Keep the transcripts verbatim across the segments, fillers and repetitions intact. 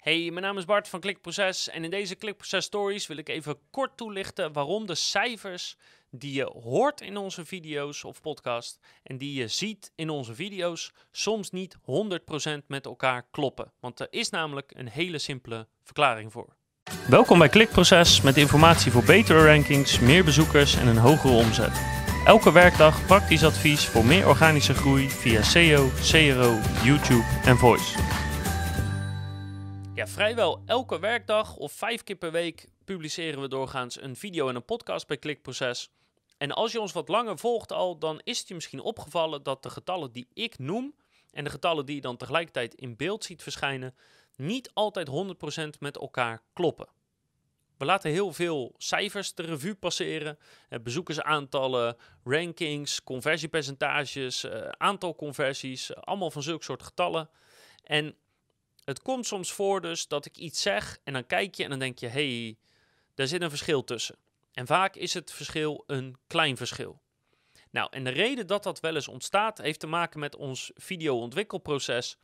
Hey, mijn naam is Bart van Klikproces en in deze Klikproces Stories wil ik even kort toelichten waarom de cijfers die je hoort in onze video's of podcast en die je ziet in onze video's soms niet honderd procent met elkaar kloppen. Want er is namelijk een hele simpele verklaring voor. Welkom bij Klikproces met informatie voor betere rankings, meer bezoekers en een hogere omzet. Elke werkdag praktisch advies voor meer organische groei via S E O, C R O, YouTube en Voice. Ja, vrijwel elke werkdag of vijf keer per week publiceren we doorgaans een video en een podcast bij Klikproces. En als je ons wat langer volgt al, dan is het je misschien opgevallen dat de getallen die ik noem en de getallen die je dan tegelijkertijd in beeld ziet verschijnen, niet altijd honderd procent met elkaar kloppen. We laten heel veel cijfers de revue passeren, bezoekersaantallen, rankings, conversiepercentages, aantal conversies, allemaal van zulke soort getallen. En het komt soms voor dus dat ik iets zeg en dan kijk je en dan denk je, hé, hey, daar zit een verschil tussen. En vaak is het verschil een klein verschil. Nou, en de reden dat dat wel eens ontstaat heeft te maken met ons video-ontwikkelproces.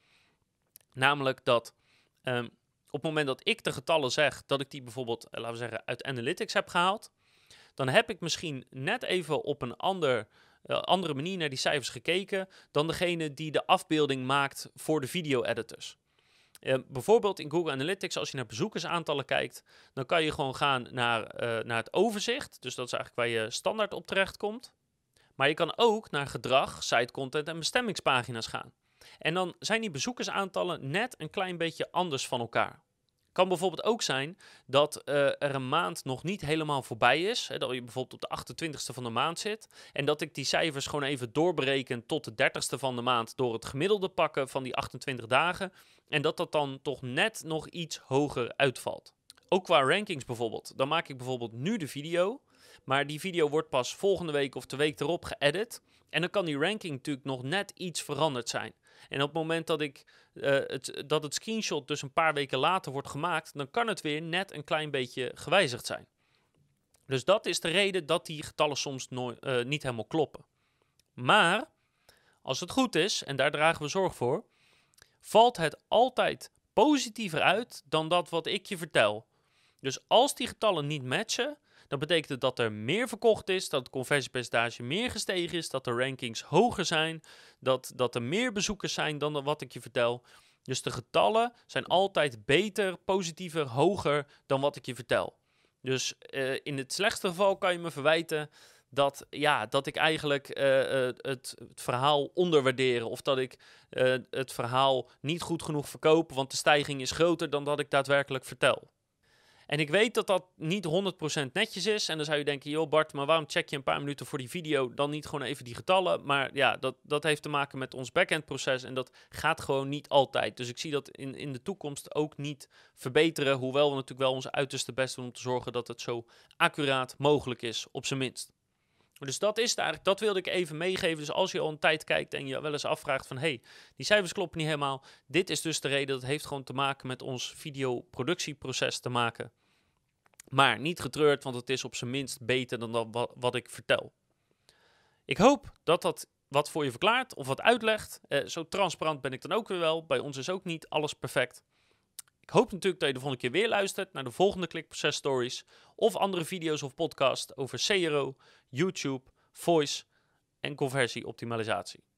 Namelijk dat um, op het moment dat ik de getallen zeg, dat ik die bijvoorbeeld, laten we zeggen, uit Analytics heb gehaald, dan heb ik misschien net even op een ander, uh, andere manier naar die cijfers gekeken dan degene die de afbeelding maakt voor de video-editors. Uh, bijvoorbeeld in Google Analytics, als je naar bezoekersaantallen kijkt, dan kan je gewoon gaan naar, uh, naar het overzicht. Dus dat is eigenlijk waar je standaard op terecht komt. Maar je kan ook naar gedrag, site content en bestemmingspagina's gaan. En dan zijn die bezoekersaantallen net een klein beetje anders van elkaar. Het kan bijvoorbeeld ook zijn dat uh, er een maand nog niet helemaal voorbij is. Hè, dat je bijvoorbeeld op de achtentwintigste van de maand zit. En dat ik die cijfers gewoon even doorbereken tot de dertigste van de maand door het gemiddelde pakken van die achtentwintig dagen. En dat dat dan toch net nog iets hoger uitvalt. Ook qua rankings bijvoorbeeld. Dan maak ik bijvoorbeeld nu de video. Maar die video wordt pas volgende week of de week erop geëdit. En dan kan die ranking natuurlijk nog net iets veranderd zijn. En op het moment dat, ik, uh, het, dat het screenshot dus een paar weken later wordt gemaakt, dan kan het weer net een klein beetje gewijzigd zijn. Dus dat is de reden dat die getallen soms no- uh, niet helemaal kloppen. Maar als het goed is, en daar dragen we zorg voor, valt het altijd positiever uit dan dat wat ik je vertel. Dus als die getallen niet matchen, dan betekent het dat er meer verkocht is, dat het conversiepercentage meer gestegen is, dat de rankings hoger zijn, dat, dat er meer bezoekers zijn dan wat ik je vertel. Dus de getallen zijn altijd beter, positiever, hoger dan wat ik je vertel. Dus uh, in het slechtste geval kan je me verwijten dat, ja, dat ik eigenlijk uh, uh, het, het verhaal onderwaardeer of dat ik uh, het verhaal niet goed genoeg verkoop, want de stijging is groter dan dat ik daadwerkelijk vertel. En ik weet dat dat niet honderd procent netjes is. En dan zou je denken, joh Bart, maar waarom check je een paar minuten voor die video dan niet gewoon even die getallen? Maar ja, dat, dat heeft te maken met ons backend proces en dat gaat gewoon niet altijd. Dus ik zie dat in, in de toekomst ook niet verbeteren, hoewel we natuurlijk wel onze uiterste best doen om te zorgen dat het zo accuraat mogelijk is, op zijn minst. Dus dat is het eigenlijk, dat wilde ik even meegeven. Dus als je al een tijd kijkt en je wel eens afvraagt van, hey, die cijfers kloppen niet helemaal. Dit is dus de reden, dat heeft gewoon te maken met ons videoproductieproces te maken. Maar niet getreurd, want het is op zijn minst beter dan dat wat, wat ik vertel. Ik hoop dat dat wat voor je verklaart of wat uitlegt. Eh, zo transparant ben ik dan ook weer wel. Bij ons is ook niet alles perfect. Ik hoop natuurlijk dat je de volgende keer weer luistert naar de volgende Klikproces Stories of andere video's of podcasts over C R O, YouTube, Voice en conversieoptimalisatie.